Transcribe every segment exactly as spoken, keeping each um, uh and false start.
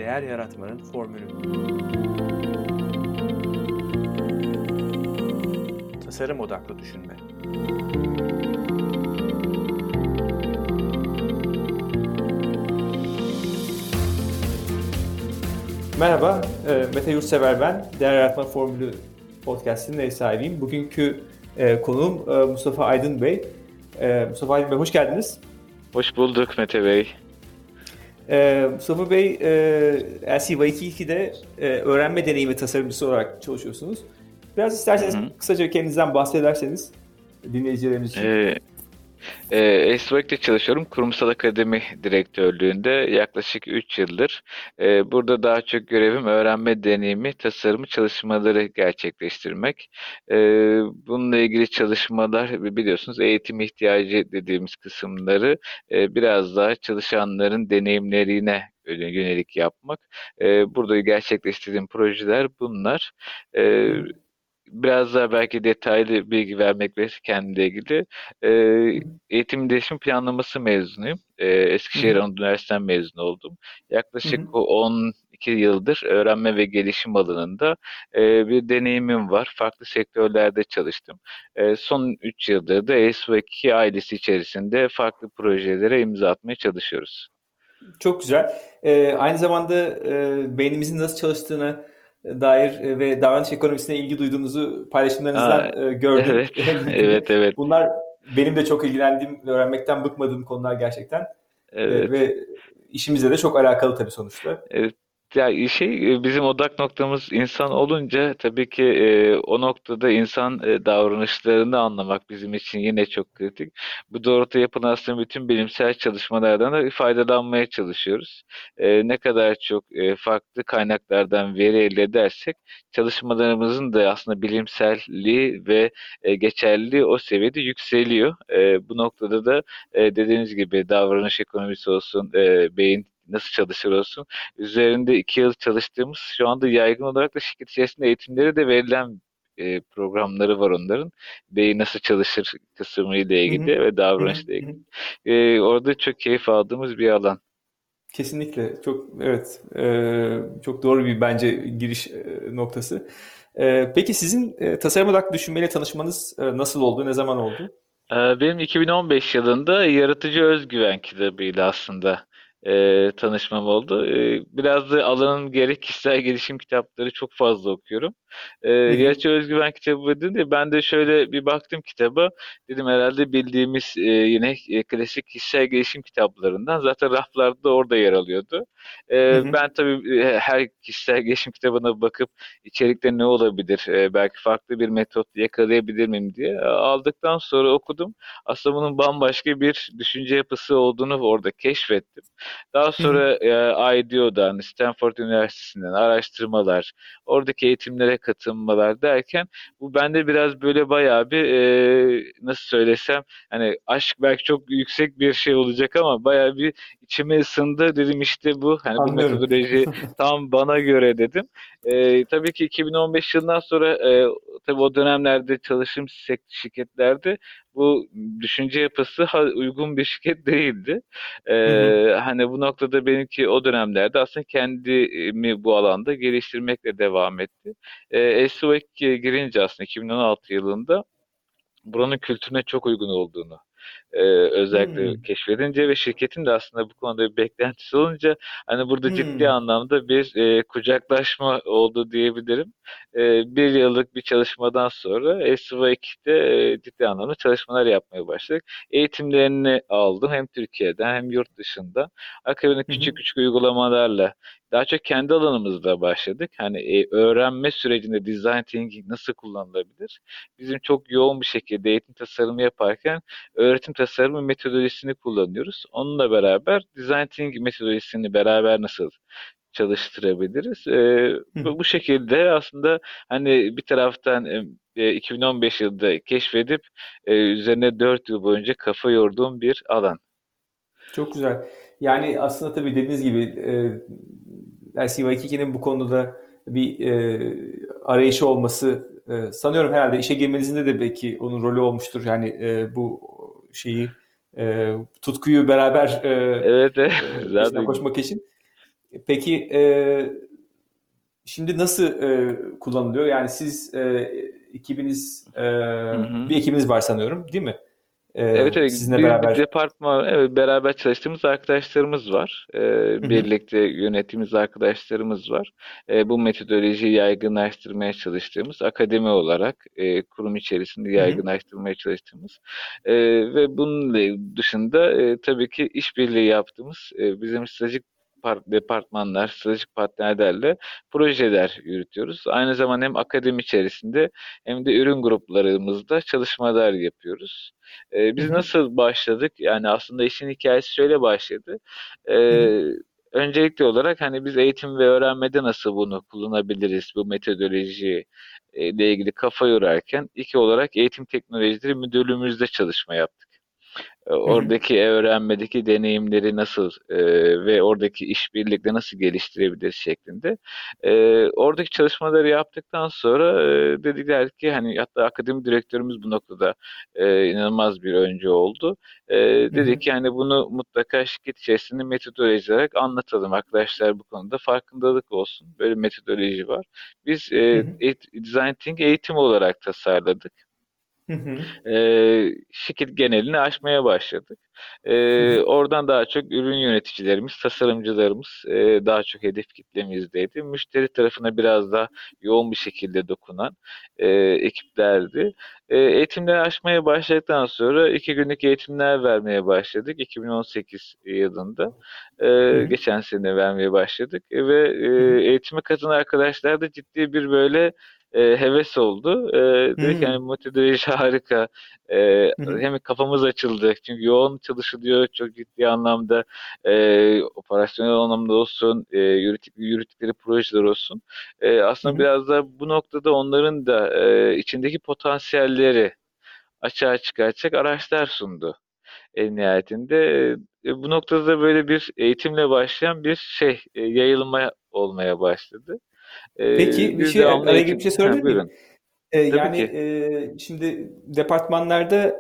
değer yaratmanın formülü. Tasarım odaklı düşünme. Merhaba, Mete Yurtsever ben. Değer Yaratma Formülü podcast'inin ev sahibiyim. Bugünkü konuğum Mustafa Aydın Bey. Mustafa Aydın Bey, hoş geldiniz. Hoş bulduk Mete Bey. Mustafa Bey, L C Y iki iki'de öğrenme deneyimi tasarımcısı olarak çalışıyorsunuz. Biraz isterseniz hı hı. kısaca kendinizden bahsederseniz dinleyicilerimiz için. Ee, e, S V K'de çalışıyorum. Kurumsal Akademi Direktörlüğünde yaklaşık üç yıldır. E, burada daha çok görevim öğrenme deneyimi, tasarımı çalışmaları gerçekleştirmek. E, bununla ilgili çalışmalar biliyorsunuz eğitim ihtiyacı dediğimiz kısımları e, biraz daha çalışanların deneyimlerine yönelik yapmak. E, burada gerçekleştirdiğim projeler bunlar. E, Biraz daha belki detaylı bilgi vermek ve kendimle ilgili. E, eğitim değişim planlaması mezunuyum. E, Eskişehir Anadolu Üniversitesi'nden mezun oldum. Yaklaşık hı hı. on iki yıldır öğrenme ve gelişim alanında e, bir deneyimim var. Farklı sektörlerde çalıştım. E, son üç yıldır da S V iki ailesi içerisinde farklı projelere imza atmaya çalışıyoruz. Çok güzel. E, aynı zamanda e, beynimizin nasıl çalıştığını dair ve davranış ekonomisine ilgi duyduğunuzu paylaşımlarınızdan Aa, gördüm. Evet, evet, evet. Bunlar benim de çok ilgilendiğim ve öğrenmekten bıkmadığım konular gerçekten. Evet. Ve işimizle de çok alakalı tabii sonuçta. Evet. Ya şey bizim odak noktamız insan olunca tabii ki e, o noktada insan e, davranışlarını anlamak bizim için yine çok kritik. Bu doğrultuda yapılan aslında bütün bilimsel çalışmalardan da faydalanmaya çalışıyoruz. E, ne kadar çok e, farklı kaynaklardan veri elde edersek çalışmalarımızın da aslında bilimselliği ve e, geçerliliği o seviyede yükseliyor. E, bu noktada da e, dediğiniz gibi davranış ekonomisi olsun, e, beyin nasıl çalışır olsun. Üzerinde iki yıl çalıştığımız şu anda yaygın olarak da şirket içerisinde eğitimleri de verilen e, programları var onların. Beyin nasıl çalışır kısmı ile ilgili hı hı. ve davranışla ilgili. E, orada çok keyif aldığımız bir alan. Kesinlikle. Çok evet. E, çok doğru bir bence giriş e, noktası. E, peki sizin e, tasarım odaklı düşünmeyle tanışmanız e, nasıl oldu? Ne zaman oldu? Benim iki bin on beş yılında Yaratıcı Özgüven kitabıyla aslında e, tanışmam oldu. E, biraz da alanın gerek kişisel gelişim kitapları çok fazla okuyorum. E, Yaratıcı Özgüven kitabı dediğinde ben de şöyle bir baktım kitaba. Dedim herhalde bildiğimiz e, yine e, klasik kişisel gelişim kitaplarından. Zaten raflarda da orada yer alıyordu. E, hı hı. Ben tabii e, her kişisel gelişim kitabına bakıp içerikte ne olabilir, e, belki farklı bir metot yakalayabilir miyim diye aldıktan sonra okudum. Aslında bunun bambaşka bir düşünce yapısı olduğunu orada keşfettim. Daha sonra e, I D O'dan, Stanford Üniversitesi'nden araştırmalar, oradaki eğitimlere katılmalar derken bu bende biraz böyle bayağı bir e, nasıl söylesem hani aşk belki çok yüksek bir şey olacak ama bayağı bir içime ısındı. Dedim işte bu hani Anlıyorum. Bu metodoloji tam bana göre dedim. E, tabii ki iki bin on beş yılından sonra e, tabii o dönemlerde çalıştığım şirketlerde bu düşünce yapısı uygun bir şirket değildi. Ee, hı hı. Hani bu noktada benimki o dönemlerde aslında kendimi bu alanda geliştirmekle devam etti. Ee, S V iki'ye girince aslında iki bin on altı yılında buranın kültürüne çok uygun olduğunu Ee, özellikle hmm. keşfedince ve şirketin de aslında bu konuda bir beklentisi olunca hani burada hmm. ciddi anlamda bir e, kucaklaşma oldu diyebilirim. E, bir yıllık bir çalışmadan sonra S V iki'de e, ciddi anlamda çalışmalar yapmaya başladık. Eğitimlerini aldım hem Türkiye'den hem yurt dışında. Akabinde küçük hmm. küçük uygulamalarla daha çok kendi alanımızda başladık. Hani e, öğrenme sürecinde design thinking nasıl kullanılabilir? Bizim çok yoğun bir şekilde eğitim tasarımı yaparken öğretim tasarımı metodolojisini kullanıyoruz. Onunla beraber design thinking metodolojisini beraber nasıl çalıştırabiliriz? Ee, bu, bu şekilde aslında hani bir taraftan e, iki bin on beş yılında keşfedip e, üzerine dört yıl boyunca kafa yorduğum bir alan. Çok güzel. Yani aslında tabii dediğiniz gibi e, L C Y iki iki'nin bu konuda bir e, arayışı olması e, sanıyorum herhalde işe girmenizde de belki onun rolü olmuştur. Yani e, bu şeyi e, tutkuyu beraber e, evet, evet. e, peşinden koşmak için. Peki e, şimdi nasıl e, kullanılıyor? Yani siz e, ekibiniz e, Hı hı. bir ekibiniz var sanıyorum, değil mi? E, Evet, evet, sizinle bir, bir beraber. departman, evet, beraber çalıştığımız arkadaşlarımız var. Hı Ee, hı, birlikte yönettiğimiz arkadaşlarımız var. Ee, bu metodolojiyi yaygınlaştırmaya çalıştığımız akademi olarak e, kurum içerisinde hı hı, yaygınlaştırmaya çalıştığımız e, ve bunun dışında e, tabii ki işbirliği yaptığımız e, bizim stratejik par- departmanlar, stratejik partnerlerle projeler yürütüyoruz. Aynı zamanda hem akademi içerisinde hem de ürün gruplarımızda çalışmalar yapıyoruz. Ee, hı biz hı, nasıl başladık? Yani aslında işin hikayesi şöyle başladı. hı hı, Ee, Öncelikli olarak hani biz eğitim ve öğrenmede nasıl bunu kullanabiliriz, bu metodoloji e, ile ilgili kafa yorarken iki olarak eğitim teknolojileri müdürlüğümüzde çalışma yaptık. E, hı hı, Oradaki öğrenmedeki deneyimleri nasıl e, ve oradaki işbirlikle nasıl geliştirebiliriz şeklinde. E, oradaki çalışmaları yaptıktan sonra e, dediler ki hani hatta akademi direktörümüz bu noktada e, inanılmaz bir öncü oldu. E, hı Dedi hı, ki hani bunu mutlaka şirket içerisinde metodoloji olarak anlatalım. Arkadaşlar bu konuda farkındalık olsun. Böyle bir metodoloji var. Biz hı e, hı, eğit- Design Thinking eğitim olarak tasarladık. hı hı, E, şirket genelini aşmaya başladık. hı hı, E, oradan daha çok ürün yöneticilerimiz, tasarımcılarımız e, daha çok hedef kitlemizdeydi. Müşteri tarafına biraz daha yoğun bir şekilde dokunan e, ekiplerdi. E, eğitimleri aşmaya başladıktan sonra iki günlük eğitimler vermeye başladık. iki bin on sekiz yılında. hı E, hı, geçen sene vermeye başladık. E, ve hı hı, e, eğitime katılan arkadaşlar da ciddi bir böyle e, heves oldu. E, dedik hı yani metodoloji harika. E, hı, hem kafamız açıldı. Çünkü yoğun çalışılıyor çok ciddi anlamda. E, operasyonel anlamda olsun, e, yürütük, yürüttükleri projeler olsun. E, hı aslında hı. biraz da bu noktada onların da e, içindeki potansiyelleri açığa çıkartacak araçlar sundu en nihayetinde. E, bu noktada da böyle bir eğitimle başlayan bir şey, e, yayılma olmaya başladı. E, Peki bir biz şey devamlı araya girip bir eğitim... şey Ha, sorabilir miyim? buyurun. E, Tabii yani ki. e, şimdi departmanlarda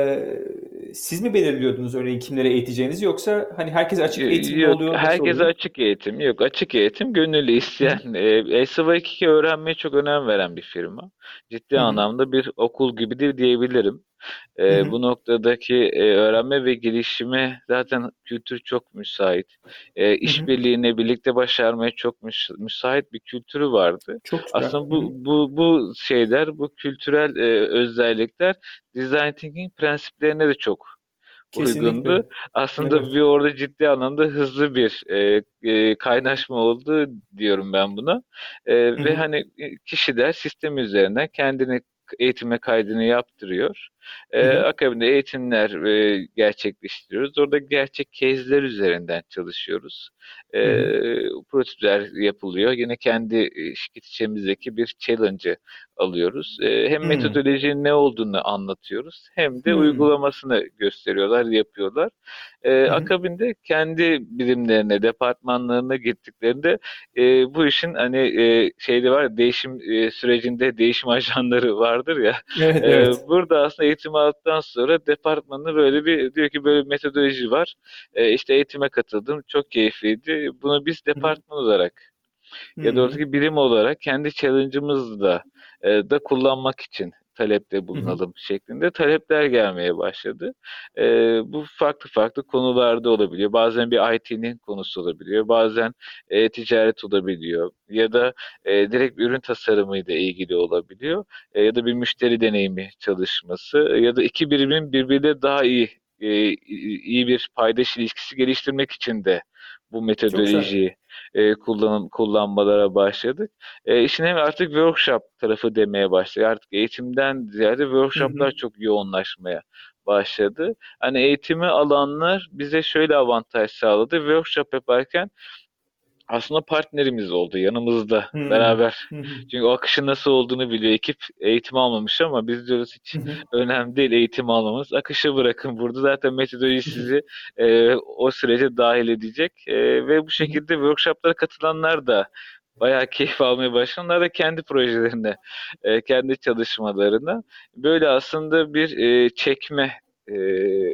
e, siz mi belirliyordunuz örneğin kimlere eğiteceğinizi yoksa hani herkes açık eğitim mi Yok, oluyor, nasıl herkese oluyor? açık eğitim. Yok, açık eğitim gönüllü Hı hı, isteyen. E, S V iki öğrenmeye çok önem veren bir firma. Ciddi hı hı, anlamda bir okul gibidir diyebilirim. hı E, hı, bu noktadaki e, öğrenme ve gelişime zaten kültür çok müsait. E, hı hı. işbirliğine birlikte başarmaya çok müs- müsait bir kültürü vardı. Çok güzel. Aslında Hı bu hı. bu bu şeyler, bu kültürel e, özellikler design thinking prensiplerine de çok uygundu. Kesinlikle. Aslında bir Evet. orada ciddi anlamda hızlı bir e, e, kaynaşma oldu diyorum ben buna. Hı E, ve hı, hani e, kişiler sistem üzerinden kendini eğitime kaydını yaptırıyor. hı E, hı, akabinde eğitimler e, gerçekleştiriyoruz. Orada gerçek case'ler üzerinden çalışıyoruz. E, hı hı, prototipler yapılıyor. Yine kendi e, şirket içimizdeki bir challenge'ı alıyoruz. E, hem hı metodolojinin ne olduğunu anlatıyoruz, hem de hı, uygulamasını gösteriyorlar, yapıyorlar. E, hı hı. akabinde kendi birimlerine, departmanlarına gittiklerinde e, bu işin hani e, şeyde var ya, değişim e, sürecinde değişim ajanları vardır ya. Evet, E, evet. burada aslında eğitim aldıktan sonra departmanı böyle bir diyor ki böyle bir metodoloji var. E, işte eğitime katıldım, çok keyifliydi. Bunu biz Hı hı, departman olarak ya da hı oradaki birim olarak kendi challenge'ımızı da e, da kullanmak için talepte hı, hı bulunalım şeklinde talepler gelmeye başladı. E, bu farklı farklı konularda olabiliyor. Bazen bir I T'nin konusu olabiliyor. Bazen e, ticaret olabiliyor. Ya da e, direkt ürün tasarımıyla ilgili olabiliyor. E, ya da bir müşteri deneyimi çalışması. Ya da iki birimin birbiriyle daha iyi e, iyi bir paydaş ilişkisi geliştirmek için de bu Çok güzel. metodolojiyi e, kullanım, kullanmalara başladık. E, işin hem artık workshop tarafı demeye başladık. Artık eğitimden ziyade Hı hı, workshoplar çok yoğunlaşmaya başladı. Hani eğitimi alanlar bize şöyle avantaj sağladı. Workshop yaparken aslında partnerimiz oldu yanımızda hı beraber. hı, hı Çünkü o akışın nasıl olduğunu biliyor. Ekip eğitim almamış ama biz diyoruz hiç hı, önemli değil eğitim almamız. Akışı bırakın burada. Zaten metodoloji hı hı, sizi e, o sürece dahil edecek. E, ve bu hı hı. şekilde workshoplara katılanlar da bayağı keyif almaya başladı. Onlar da kendi projelerine, e, kendi çalışmalarına böyle aslında bir e, çekme e,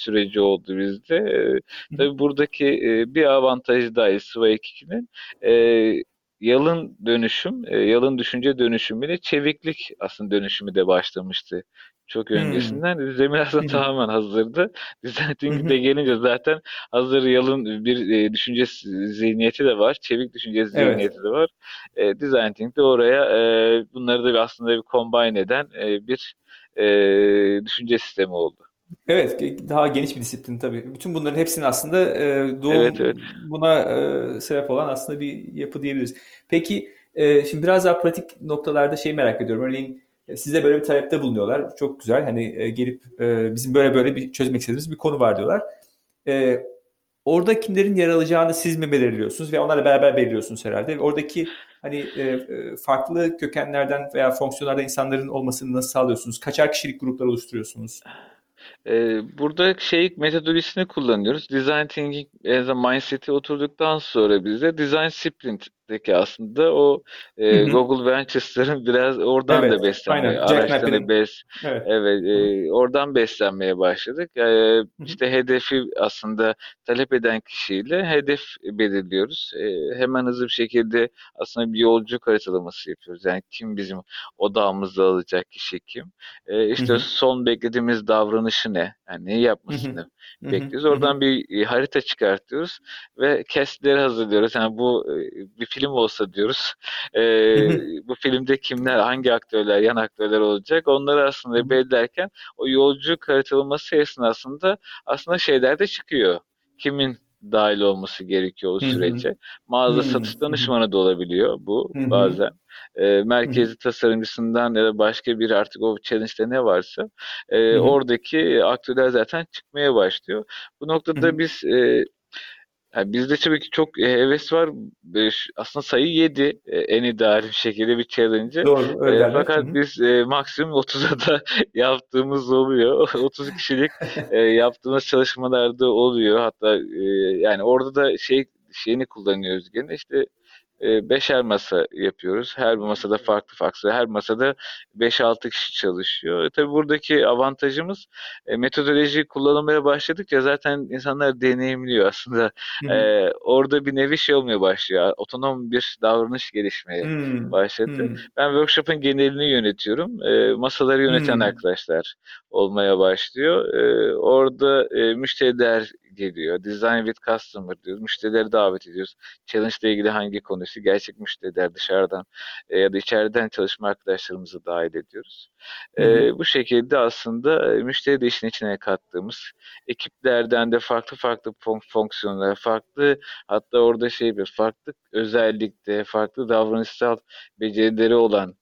süreci oldu bizde. E, Hı hı. tabii buradaki e, bir avantajı daha Sıva iki nokta ikinin yalın dönüşüm, e, yalın düşünce dönüşümüyle çeviklik aslında dönüşümü de başlamıştı. Çok Hmm. öncesinden. Zemin aslında Hı hı. tamamen hazırdı. Design Hı Thinking de hı. gelince zaten hazır yalın bir e, düşünce zihniyeti de var. Çevik düşünce Evet. zihniyeti de var. E, Design Thinking de oraya e, bunları da bir aslında bir combine eden e, bir e, düşünce sistemi oldu. Evet, daha geniş bir disiplin tabii. Bütün bunların hepsinin aslında e, Evet, evet. doğum buna e, sebep olan aslında bir yapı diyebiliriz. Peki e, şimdi biraz daha pratik noktalarda şey merak ediyorum. Örneğin e, size böyle bir talepte bulunuyorlar. Çok güzel. Hani e, gelip e, bizim böyle böyle bir çözmek istediğimiz bir konu var diyorlar. E, Orada kimlerin yer alacağını siz mi belirliyorsunuz ve onlarla beraber belirliyorsunuz herhalde. Oradaki hani e, e, farklı kökenlerden veya fonksiyonlardan insanların olmasını nasıl sağlıyorsunuz? Kaçar kişilik gruplar oluşturuyorsunuz? Ee, burada şey metodolojisini kullanıyoruz. Design Thinking as a Mindset'i oturduktan sonra bize Design Sprint'teki aslında o Hı e, hı. Google Ventures'ların biraz oradan da Evet, beslenmeye, aynen. Jack araçtan da Mappy'nin. bes, Evet. evet, Hı hı. e, oradan beslenmeye başladık. E, Hı hı. işte hedefi aslında talep eden kişiyle hedef belirliyoruz. E, hemen hızlı bir şekilde aslında bir yolculuk haritalaması yapıyoruz. Yani kim bizim odağımızda alacak kişi kim? E, Hı işte hı. son beklediğimiz davranışı ne? Yani neyi Hı hı. yapmasını Hı hı. bekliyoruz. Hı hı. Oradan bir e, harita çıkartıyoruz ve kesitleri hazırlıyoruz. Yani bu e, bir film olsa diyoruz. E, Hı hı. bu filmde kimler, hangi aktörler, yan aktörler olacak? Onları Hı aslında hı. belirlerken o yolculuk haritalaması esnasında aslında şeyler de çıkıyor. Kimin dahil olması gerekiyor o Hı hı. sürece. Mağaza Hı satış hı. danışmanı da olabiliyor bu Hı hı. bazen. E, Hı hı. merkezi tasarımcısından ya da başka bir artık o challenge'de ne varsa Hı e, hı. oradaki aktörler zaten çıkmaya başlıyor. Bu Hı hı. noktada biz e, yani bizde tabii ki çok e, heves var. E, ş- aslında sayı yedi en ideal bir şekilde bir challenge'ı. Doğru, öyle E, derler. Hı fakat hı. biz e, maksimum otuza da yaptığımız oluyor. otuz kişilik e, yaptığımız çalışmalarda oluyor. Hatta e, yani orada da şey şeyini kullanıyoruz gene işte e, beşer masa yapıyoruz. Her bir masada farklı farklı. Her masada beş altı kişi çalışıyor. E, tabii buradaki avantajımız e, metodoloji kullanılmaya başladıkça zaten insanlar deneyimliyor aslında. Hı E, hı. orada bir nevi şey olmaya başlıyor. Otonom bir davranış gelişmeye Hı başladı. hı. Ben workshop'ın genelini yönetiyorum. E, masaları yöneten Hı. arkadaşlar olmaya başlıyor. E, orada e, müşteriler geliyor. Design with Customer diyoruz. Müşterileri davet ediyoruz. Challenge ile ilgili hangi konusu, gerçek müşteriler dışarıdan e, ya da içeriden çalışma arkadaşlarımızı dahil ediyoruz. Hı hı. E, bu şekilde aslında e, müşteri de işin içine kattığımız ekiplerden de farklı farklı fon- fonksiyonlar, farklı hatta orada şey bir farklı özellikte, farklı davranışsal becerileri olan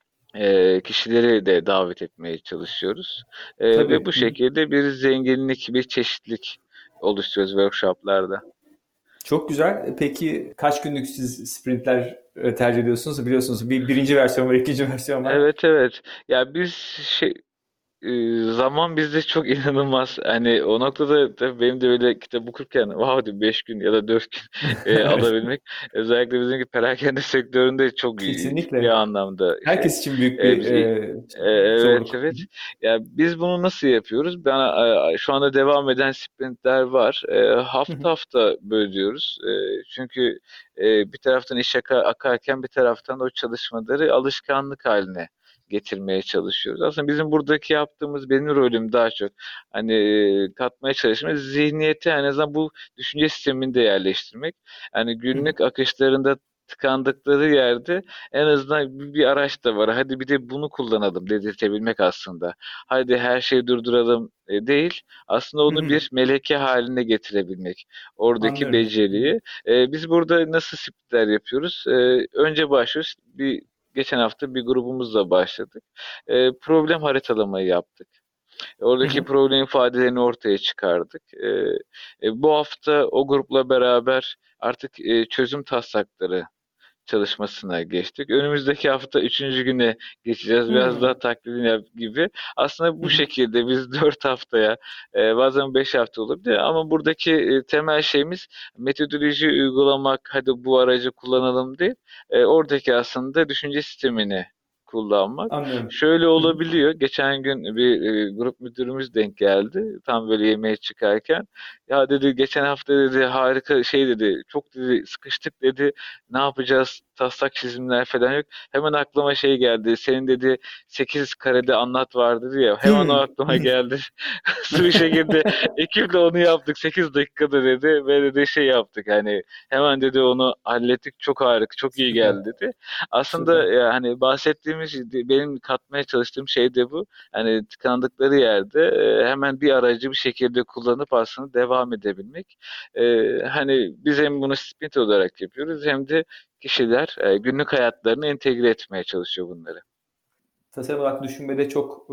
e, kişileri de davet etmeye çalışıyoruz. E, ve Tabii. bu Hı hı. şekilde bir zenginlik, bir çeşitlilik oluşturuyoruz workshoplarda. Çok güzel. Peki kaç günlük siz sprintler e, tercih ediyorsunuz? Biliyorsunuz bir birinci versiyon var, ikinci versiyon var. Evet, evet. Ya biz şey e, zaman bizde çok inanılmaz. Hani o noktada tabii benim de öyle kitap okurken wow diyorum beş gün ya da dört gün e, Evet. alabilmek. Özellikle bizimki perakende sektöründe çok iyi, ciddi Kesinlikle. anlamda şey. Herkes için büyük E, bir biz e, e, evet, zorluk. evet. Ya biz bunu nasıl yapıyoruz? Ben e, şu anda devam eden sprintler var. E, Hı hafta hı. hafta bölüyoruz. E, çünkü e, bir taraftan iş aka- akarken bir taraftan o çalışmaları alışkanlık haline getirmeye çalışıyoruz. Aslında bizim buradaki yaptığımız benim rolüm daha çok hani e, katmaya çalışmak zihniyeti en azından bu düşünce sistemini de yerleştirmek. Yani Hı hı. günlük akışlarında tıkandıkları yerde en azından bir bir araç da var. Hadi bir de bunu kullanalım dedirtebilmek aslında. Hadi her şeyi durduralım e, değil. Aslında Hı onu hı. bir meleke haline getirebilmek. Oradaki Anlıyorum. Hı hı. beceriyi. E, biz burada nasıl sprintler yapıyoruz? E, önce başlıyoruz. Bir geçen hafta bir grubumuzla başladık. E, problem haritalamayı yaptık. Hı Oradaki hı. problem ifadelerini ortaya çıkardık. E, e, bu hafta o grupla beraber artık e, çözüm taslakları çalışmasına geçtik. Önümüzdeki hafta üçüncü güne geçeceğiz. Biraz Hı daha taklidini yap gibi. Aslında hı. bu Hı. şekilde biz dört haftaya e, bazen beş hafta olabilir ama buradaki e, temel şeyimiz metodoloji uygulamak, hadi bu aracı kullanalım değil. E, oradaki aslında düşünce sistemini kullanmak. Anlıyorum. Şöyle Hı hı. olabiliyor. Geçen gün bir e, grup müdürümüz denk geldi. Tam böyle yemeğe çıkarken. Ya dedi geçen hafta dedi harika şey dedi. Çok dedi sıkıştık dedi. Ne yapacağız? Taslak çizimler falan yok. Hemen aklıma şey geldi. Senin dedi sekiz karede anlat vardı diye. Hemen o Hı. aklıma geldi. Hızlı bir şekilde ekiple onu yaptık. sekiz dakikada dedi. Ve dedi şey yaptık. Hani hemen dedi onu hallettik. Çok harika, çok iyi geldi Süper. dedi. Aslında Süper. yani bahsettiğimiz benim katmaya çalıştığım şey de bu. Hani tıkandıkları yerde e, hemen bir aracı bir şekilde kullanıp aslında devam edebilmek. E, hani biz hem bunu sprint olarak yapıyoruz hem de kişiler e, günlük hayatlarını entegre etmeye çalışıyor bunları. Tasarım olarak düşünmede çok e,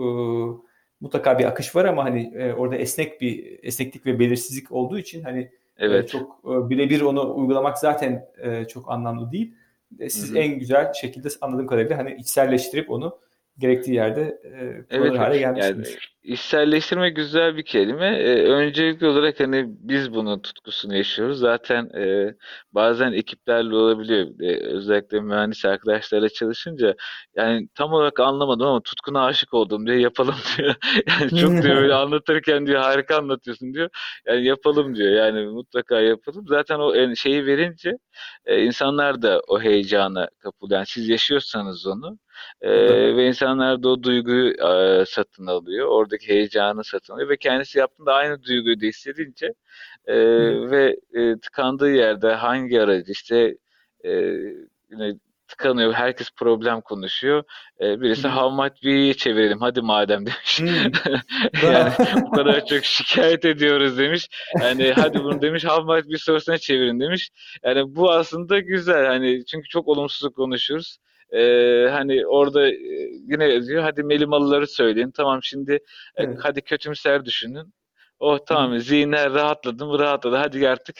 mutlaka bir akış var ama hani e, orada esnek bir esneklik ve belirsizlik olduğu için hani e, Evet. çok e, birebir onu uygulamak zaten e, çok anlamlı değil. E, Hı siz hı. en güzel şekilde anladığım kadarıyla hani içselleştirip onu gerektiği yerde e, kullanır Evet, evet. hale Yani gelmişsiniz. içselleştirme güzel bir kelime. Ee, öncelikli olarak hani biz bunun tutkusunu yaşıyoruz. Zaten e, bazen ekiplerle olabiliyor. E, özellikle mühendis arkadaşlarla çalışınca yani tam olarak anlamadım ama tutkuna aşık oldum diyor. Yapalım diyor. Yani çok diyor böyle anlatırken diyor harika anlatıyorsun diyor. Yani yapalım diyor. Yani mutlaka yapalım. Zaten o en- şeyi verince e, insanlar da o heyecana kapılıyor. Yani siz yaşıyorsanız onu. Ee, Mutlaka. ve insanlar da o duyguyu e, satın alıyor. Oradaki heyecanı satın alıyor ve kendisi yaptığında aynı duyguyu da hissedince e, Hı hı. ve e, tıkandığı yerde hangi aracı işte e, yine tıkanıyor. Herkes problem konuşuyor. E, Hı birisi hı. how much we'ye çevirelim hadi madem demiş. Hı. Yani Bravo. bu kadar çok şikayet ediyoruz demiş. Yani hadi bunu demiş how much bir sorusuna çevirin demiş. Yani bu aslında güzel. Hani çünkü çok olumsuz konuşuyoruz. Ee, hani orada e, yine yazıyor hadi melimalıları söyleyin. Tamam şimdi e, Evet. hadi kötümser düşünün. Oh Hı hı. tamam zihinler rahatladı mı rahatladı. Hadi artık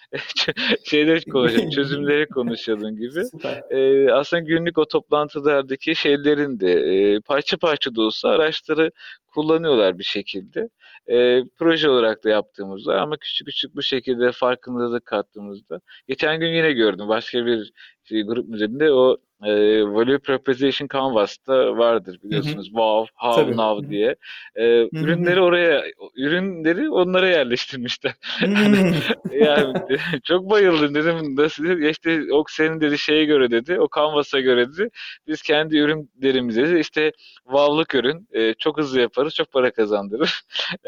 şeyleri konuşalım, çözümleri konuşalım gibi. Süper. Ee, aslında günlük o toplantılardaki şeylerin de e, parça parça da olsa araçları kullanıyorlar bir şekilde. Ee, proje olarak da yaptığımızda ama küçük küçük bu şekilde farkındalık kattığımızda. Geçen gün yine gördüm başka bir şey, grup müziğinde o e, Value Proposition Canvas'ta vardır Hı hı. biliyorsunuz. Wow, how, Tabii. Hı now hı. diye. Ee, Hı hı ürünleri hı. oraya, ürünleri onlara yerleştirmişler. Hani Hımm. yani çok bayıldım dedim nasıl dedi? Ya işte o senin dedi şeye göre dedi o Canvas'a göre dedi biz kendi ürünlerimizi dedi işte wow'lık ürün e, çok hızlı yaparız çok para kazandırır.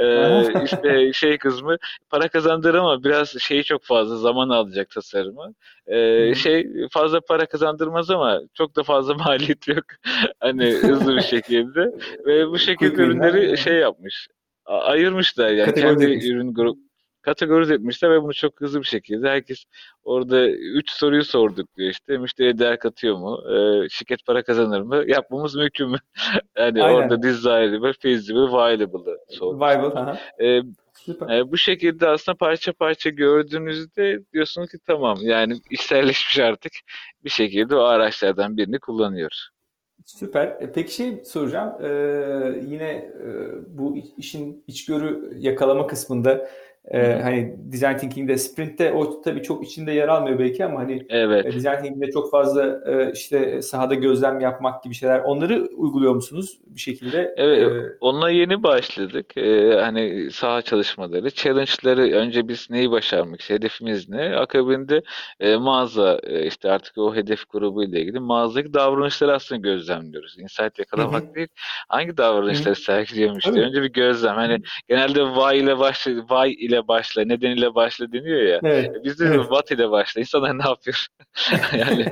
E, işte şey kısmı para kazandırır ama biraz şeyi çok fazla zaman alacak tasarımı. Hı E, hı. şey fazla para kazandırmaz ama çok da fazla maliyeti yok. Hani hızlı bir şekilde ve bu Quick şekilde win'ler. ürünleri Hı hı. şey yapmış. a- Ayırmışlar yani Kategorize kendi etmiş. ürün grup kategorize etmişler ve bunu çok hızlı bir şekilde herkes orada üç soruyu sorduk diyor işte müşteriye değer katıyor mu? Ee, şirket para kazanır mı? Yapmamız mümkün mü? Yani orada Aynen. desirable, feasible, viable'ı Viable. Hı sormuşlar. hı. Ee, Süper. e, bu şekilde aslında parça parça gördüğünüzde diyorsunuz ki tamam yani işselleşmiş artık bir şekilde o araçlardan birini kullanıyoruz. Süper. E, peki şey soracağım. Ee, yine e, bu işin içgörü yakalama kısmında Hı e, hı. hani design thinking'de sprint'te o tabii çok içinde yer almıyor belki ama hani e, Evet. design thinking'de çok fazla e, işte sahada gözlem yapmak gibi şeyler onları uyguluyor musunuz bir şekilde? E, Evet, onunla yeni başladık. Ee, hani saha çalışmaları, challenge'ları önce biz neyi başarmak, işte hedefimiz ne? Akabinde e, mağaza e, işte artık o hedef grubuyla ilgili mağazadaki davranışları aslında gözlemliyoruz. Insight hı hı, yakalamak değil, hangi hı hı. davranışları sergiliyor müşteri? Tabii. Önce bir gözlem. Hı Hani hı. genelde why ile başla, why ile başla, nedeniyle başla deniyor ya. E, Evet, Bizde de evet. what ile başla. İnsanlar ne yapıyor? Yani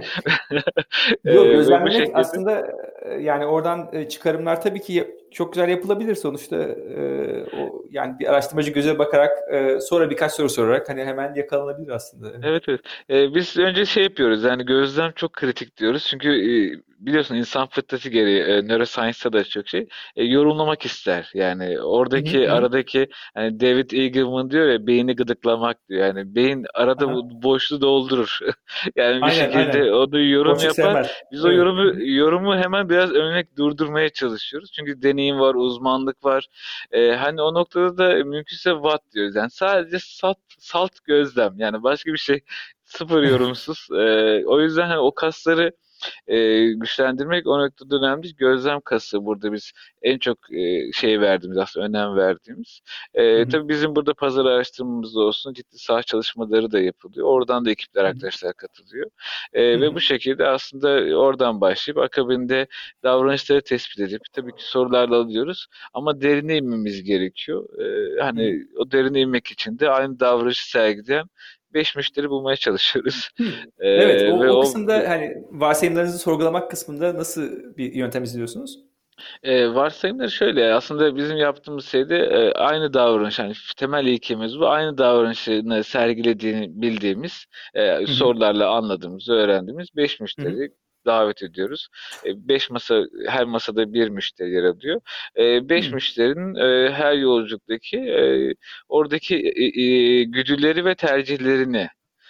e, Yok, ve bu gözlemlemek şekilde. aslında e, yani oradan e, çıkarımlar tabii ki ya- çok güzel yapılabilir sonuçta. E, o yani bir araştırmacı göze bakarak e, sonra birkaç soru sorarak hani hemen yakalanabilir aslında. Evet. Evet, evet. Ee, biz önce şey yapıyoruz yani gözlem çok kritik diyoruz. Çünkü e, biliyorsun insan fıtratı gereği e, neuroscience'da da çok şey e, yorumlamak ister. Yani Hı hı, oradaki hı hı. aradaki hani David Eagleman diyor ya beyni gıdıklamak diyor. Yani beyin arada Aha. bu boşluğu doldurur. Yani bir Aynen, şekilde aynen. o da yorum Boşluk yapar. sevmez. Biz o Evet. Hı yorumu hı, yorumu hemen biraz örnek durdurmaya çalışıyoruz. Çünkü deneyim var, uzmanlık var. E, hani o noktada da mümkünse what diyoruz. Yani sadece salt, salt gözlem. Yani başka bir şey sıfır yorumsuz. Ee, o yüzden hani o kasları e, güçlendirmek o noktada önemli. Gözlem kası burada biz en çok e, şey verdiğimiz, aslında önem verdiğimiz. Hı E, hı. tabii bizim burada pazar araştırmamız olsun, ciddi saha çalışmaları da yapılıyor. Oradan da ekipler, Hı hı. arkadaşlar katılıyor. E, Hı ve hı. bu şekilde aslında oradan başlayıp akabinde davranışları tespit edip tabii ki sorularla alıyoruz. Ama derine inmemiz gerekiyor. E, Hı hı. hani o derine inmek için de aynı davranışı sergileyen beş müşteri bulmaya çalışıyoruz. Hı. E, Evet, o, ve o o kısımda hani varsayımlarınızı sorgulamak kısmında nasıl bir yöntem izliyorsunuz? E, varsayımlar şöyle, aslında bizim yaptığımız şeyde e, aynı davranış, yani temel ilkemiz bu, aynı davranışını sergilediğini bildiğimiz, e, Hı hı. sorularla anladığımız, öğrendiğimiz beş Hı hı. müşteri davet ediyoruz. E, beş masa, her masada bir müşteri yer alıyor. E, beş Hı müşterinin e, her yolculuktaki e, oradaki e, e, güdüleri ve tercihlerini,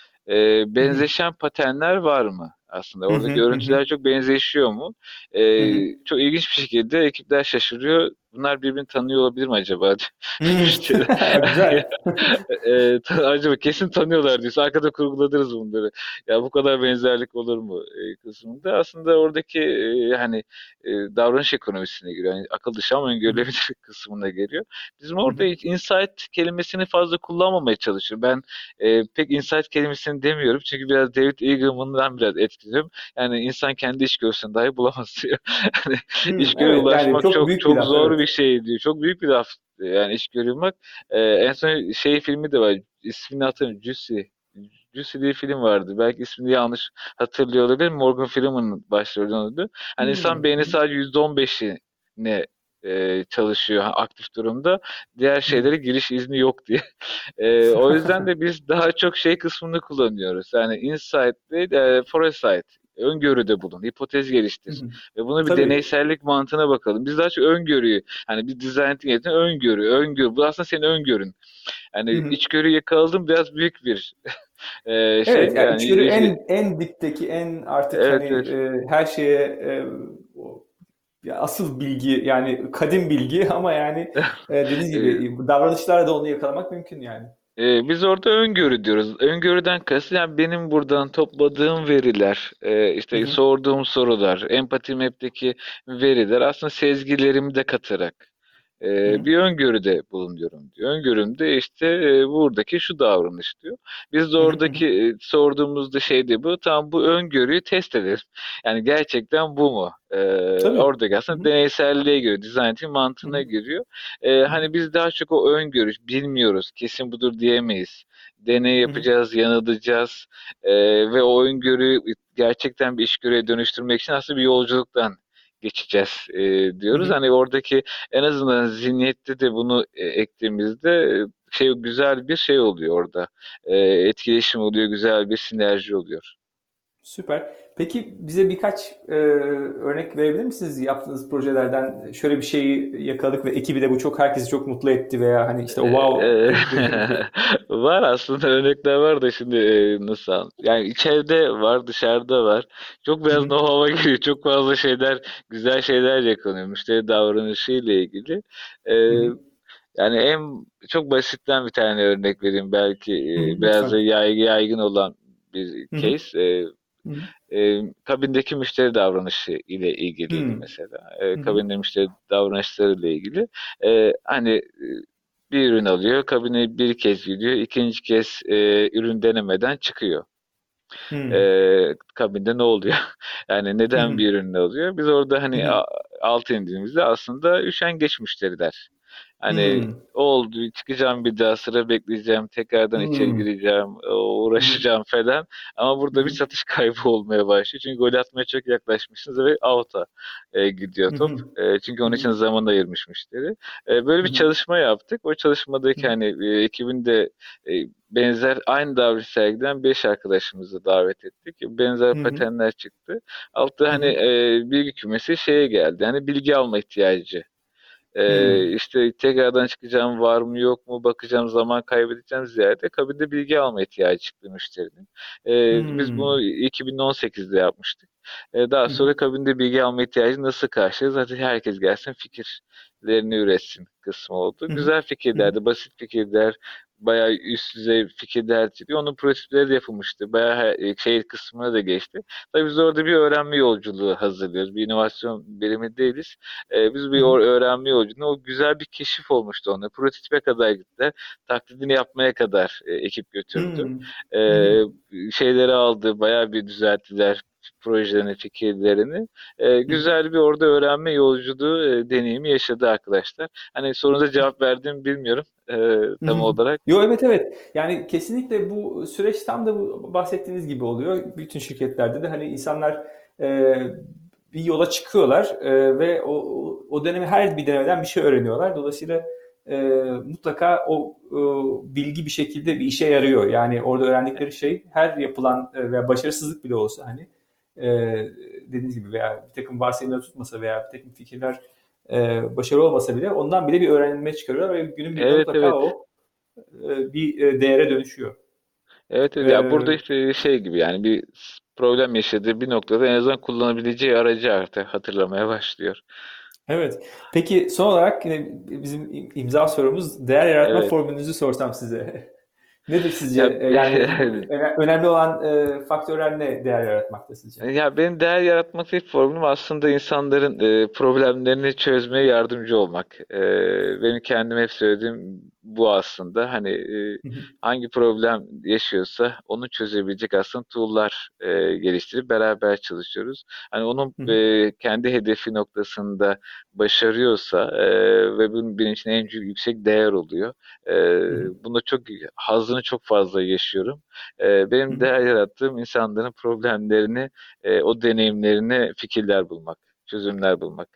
e, hı. benzeşen paternler var mı? Aslında Hı orada hı. Hı hı. görüntüler çok benzeşiyor mu? E, Hı hı. çok ilginç bir şekilde ekipler şaşırıyor. Bunlar birbirini tanıyor olabilir mi acaba? Hmm. Müşteri. Güzel. E, ta- acaba kesin tanıyorlar diyorsun. Arkada kurguladınız bunları. Ya bu kadar benzerlik olur mu e, kısmında. Aslında oradaki e, hani e, davranış ekonomisine giriyor. Yani akıl dışı ama Hı hı. öngörülebilir kısmına geliyor. Bizim Hı orada hı. hiç insight kelimesini fazla kullanmamaya çalışıyorum. Ben e, pek insight kelimesini demiyorum. Çünkü biraz David Eagleman'dan biraz etkiliyorum. Yani insan kendi iş görsün dahi bulamaz diyor. Yani Hmm, içgörüye evet yani ulaşmak çok çok büyük bir çok laf, zor evet. bir şey diyor. Çok büyük bir laf. Yani içgörü olmak. Ee, en son şey filmi de var. İsmini hatırlamıyorum. Juicy. Juicy diye film vardı. Belki ismini yanlış hatırlıyor olabilir. Morgan Freeman'ın başrolünde oynadı. Hani insan Hmm, hı beyni hı. sadece yüzde on beşine e, çalışıyor aktif durumda. Diğer Hı hı. şeylere giriş izni yok diye. E, o yüzden de biz daha çok şey kısmını kullanıyoruz. Yani insight değil, e, foresight. Öngörüde bulun, hipotez Hı geliştir. hı. Ve buna bir Tabii. deneysellik mantığına bakalım. Biz daha çok öngörüyü, hani biz design thinking eğitim öngörü, öngörü. Bu aslında senin öngörün. Hı Yani hı. içgörü yakaladım biraz büyük bir e, şey. Evet, yani Yani içgörü iç- en en dipteki, en artık hani evet, evet. e, her şeye e, o- ya asıl bilgi, yani kadim bilgi ama yani e, dediğiniz E, gibi davranışlarla da onu yakalamak mümkün yani. e, biz orada öngörü diyoruz. Öngörüden kasıt yani benim buradan topladığım veriler, e, Hı işte hı. sorduğum sorular, empati map'teki veriler aslında sezgilerimi de katarak Hı e, hı. bir öngörüde bulunuyorum diyor. Öngörümde işte e, buradaki şu davranış diyor. Biz de Hı hı. Hı hı. oradaki e, sorduğumuzda şey de bu. Tamam, bu öngörüyü test edelim. Yani gerçekten bu mu? E, Tabii. oradaki Hı aslında hı. deneyselliğe giriyor. Design thinking Hı mantığına hı. giriyor. E, Hı hı. hani biz daha çok o öngörü bilmiyoruz. Kesin budur diyemeyiz. Deney Hı hı. yapacağız, yanılacağız. E, ve o öngörüyü gerçekten bir içgörüye dönüştürmek için aslında bir yolculuktan geçeceğiz e, Hı diyoruz. hı. Hani oradaki en azından zihniyette de bunu e, ektiğimizde e, şey, güzel bir şey oluyor orada. E, etkileşim oluyor, güzel bir sinerji oluyor. Süper. Peki bize birkaç e, örnek verebilir misiniz yaptığınız projelerden? Şöyle bir şeyi yakaladık ve ekibi de bu çok herkesi çok mutlu etti veya hani işte o E, wow e, dediğiniz bir. var aslında, örnekler var da şimdi e, nasıl an- yani içeride var, dışarıda var. Çok Hı biraz hı. know-how'a giriyor. Çok fazla şeyler, güzel şeyler yakalanıyor. Müşteri davranışı ile ilgili. E, Hı hı. Yani en çok basitten bir tane örnek vereyim, belki Hı hı. e, biraz da Lütfen. yaygı yaygın olan bir Hı hı. case. E, Hı hı. e, kabindeki müşteri davranışı ile ilgiliydi Hı mesela. E, hı. Hı. kabinde müşteri davranışları ile ilgili. E, hani e, bir ürün alıyor, kabine bir kez gidiyor, ikinci kez e, ürün denemeden çıkıyor. Hı. E, kabinde ne oluyor? Yani Hı neden hı. bir ürün alıyor? Biz orada Hı hani hı. a- altı indiğimizde aslında üşengeç müşteriler. Hani Hı. oldu, çıkacağım, bir daha sıra bekleyeceğim, tekrardan içeri Hı. gireceğim, Hı hı. uğraşacağım falan. Ama Hı burada bir hı. satış kaybı olmaya başlıyor. Çünkü gol atmaya çok yaklaşmışsınız ve out'a e, gidiyor Hı top. hı. E, çünkü Hı onun için hı. zaman ayırmış müşteri. E, böyle Hı bir hı. çalışma yaptık. O çalışmadaki hani e, ekibin de e, benzer aynı davranış sergilen beş arkadaşımızı davet ettik. Benzer Hı hı. patenler çıktı. Altta Hı hani hı. e, bilgi kümesi şeye geldi. Hani bilgi alma ihtiyacı. Hı. Ee, işte tekrardan çıkacağım, var mı yok mu bakacağım, zaman kaybedeceğim ziyade kabinde bilgi alma ihtiyacı çıktı müşterinin. Ee, biz Hı. bunu iki bin on sekizde yapmıştık. Ee, daha Hı hı. sonra kabinde bilgi alma ihtiyacı nasıl karşılarız? Zaten herkes gelsin fikirlerini üretsin kısmı oldu. Hı hı. Güzel Hı hı. fikirlerdi, basit fikirler. bayağı üst düzey fikirler çıkıyor. Onun prototipleri de yapılmıştı. Bayağı e, şey kısmına da geçti. Tabii biz orada bir öğrenme yolculuğu hazırlıyoruz. Bir inovasyon birimi değiliz. E, biz Hı bir hı. o- öğrenme yolculuğu. O güzel bir keşif olmuştu onda. Prototipe kadar gittiler. Taklidini yapmaya kadar e, ekip Hı götürdü. hı. E, Hı hı. şeyleri aldı. Bayağı bir düzelttiler projelerini, fikirlerini. E, Hı hı. güzel bir orada öğrenme yolculuğu e, deneyimi yaşadı arkadaşlar. Hani sorunuza cevap verdiğimi bilmiyorum e, Hı tam hı. olarak. Yo, evet, evet. Yani kesinlikle bu süreç tam da bu bahsettiğiniz gibi oluyor. Bütün şirketlerde de hani insanlar e, bir yola çıkıyorlar e, ve o, o o dönemi her bir denemeden bir şey öğreniyorlar. Dolayısıyla e, mutlaka o, o bilgi bir şekilde bir işe yarıyor. Yani orada öğrendikleri şey her yapılan e, veya başarısızlık bile olsa hani e, dediğiniz gibi veya bir takım varsayımlar tutmasa veya bir takım fikirler e, başarılı olmasa bile ondan bile bir öğrenme çıkarıyorlar ve günün birinde Evet, mutlaka evet. o e, bir e, değere dönüşüyor. Evet, evet. Ya burada E, işte şey gibi yani bir problem yaşadığı bir noktada en azından kullanabileceği aracı artık hatırlamaya başlıyor. evet. Peki son olarak yine bizim im- imza sorumuz değer yaratma Evet. formülünüzü sorsam size. Nedir Ya sizce? E, Yani öne- önemli olan e, faktörler ne değer yaratmakta sizce? Ya benim değer yaratmak ilk formülüm aslında insanların e, problemlerini çözmeye yardımcı olmak. E, benim kendim hep söylediğim bu aslında. Hani e, Hı hı, hangi problem yaşıyorsa onu çözebilecek aslında tool'lar e, geliştirip beraber çalışıyoruz. Hani onun hı hı, e, kendi hedefi noktasında başarıyorsa e, ve bunun benim için en büyük yüksek değer oluyor. E, hı hı, bunda çok hazzını çok fazla yaşıyorum. E, hı benim hı. değer yarattığım insanların problemlerini e, o deneyimlerine fikirler bulmak, çözümler bulmak.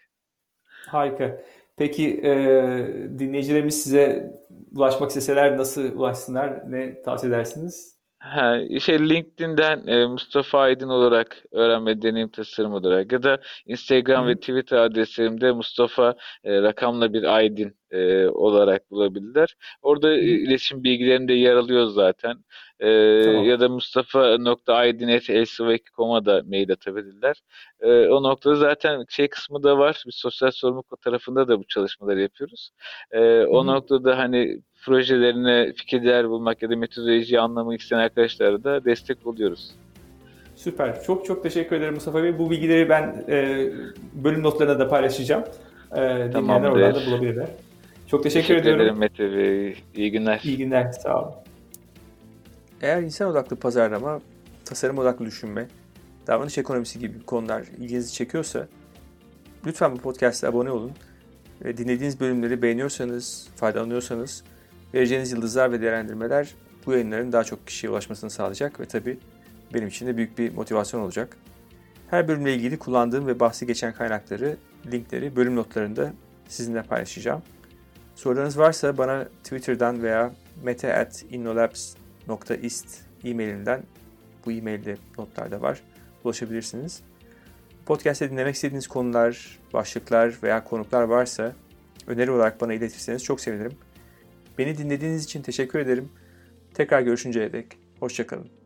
Harika. Peki e, dinleyicilerimiz size ulaşmak isteseler nasıl ulaşsınlar? Ne tavsiye edersiniz? Ha, şey LinkedIn'den e, Mustafa Aydın olarak öğrenme deneyim tasarım olarak ya da Hı Instagram ve hı, Twitter adreslerimde Mustafa e, rakamla bir Aydın e, olarak bulabilirler. Orada e, hı hı. iletişim bilgilerinde yer alıyor zaten. E, Tamam. ya da mustafa.aydın at elsivaki nokta com'a da mail atabilirler. E, o noktada zaten şey kısmı da var. Biz sosyal sorumluluk tarafında da bu çalışmaları yapıyoruz. E, Hı o hı. noktada hani projelerine fikirler bulmak ya da metodolojiyi anlamak isteyen arkadaşlara da destek oluyoruz. Süper. Çok çok teşekkür ederim Mustafa Bey. Bu bilgileri ben e, bölüm notlarına da paylaşacağım. E, dinleyenler oradan da Tamamdır. bulabilirler. Çok teşekkür Teşekkür ederim ediyorum. Mete Bey. İyi İyi günler. günler. Sağ olun. Eğer insan odaklı pazarlama, tasarım odaklı düşünme, davranış ekonomisi gibi konular ilginizi çekiyorsa lütfen bu podcast'a abone olun. Ve dinlediğiniz bölümleri beğeniyorsanız, faydalanıyorsanız vereceğiniz yıldızlar ve değerlendirmeler bu yayınların daha çok kişiye ulaşmasını sağlayacak ve tabii benim için de büyük bir motivasyon olacak. Her bölümle ilgili kullandığım ve bahsi geçen kaynakları, linkleri bölüm notlarında sizinle paylaşacağım. Sorularınız varsa bana Twitter'dan veya mete at innolabs nokta ist e-mailinden, bu e-mailde notlarda var, ulaşabilirsiniz. Podcast'te dinlemek istediğiniz konular, başlıklar veya konuklar varsa öneri olarak bana iletirseniz çok sevinirim. Beni dinlediğiniz için teşekkür ederim. Tekrar görüşünceye dek hoşça kalın.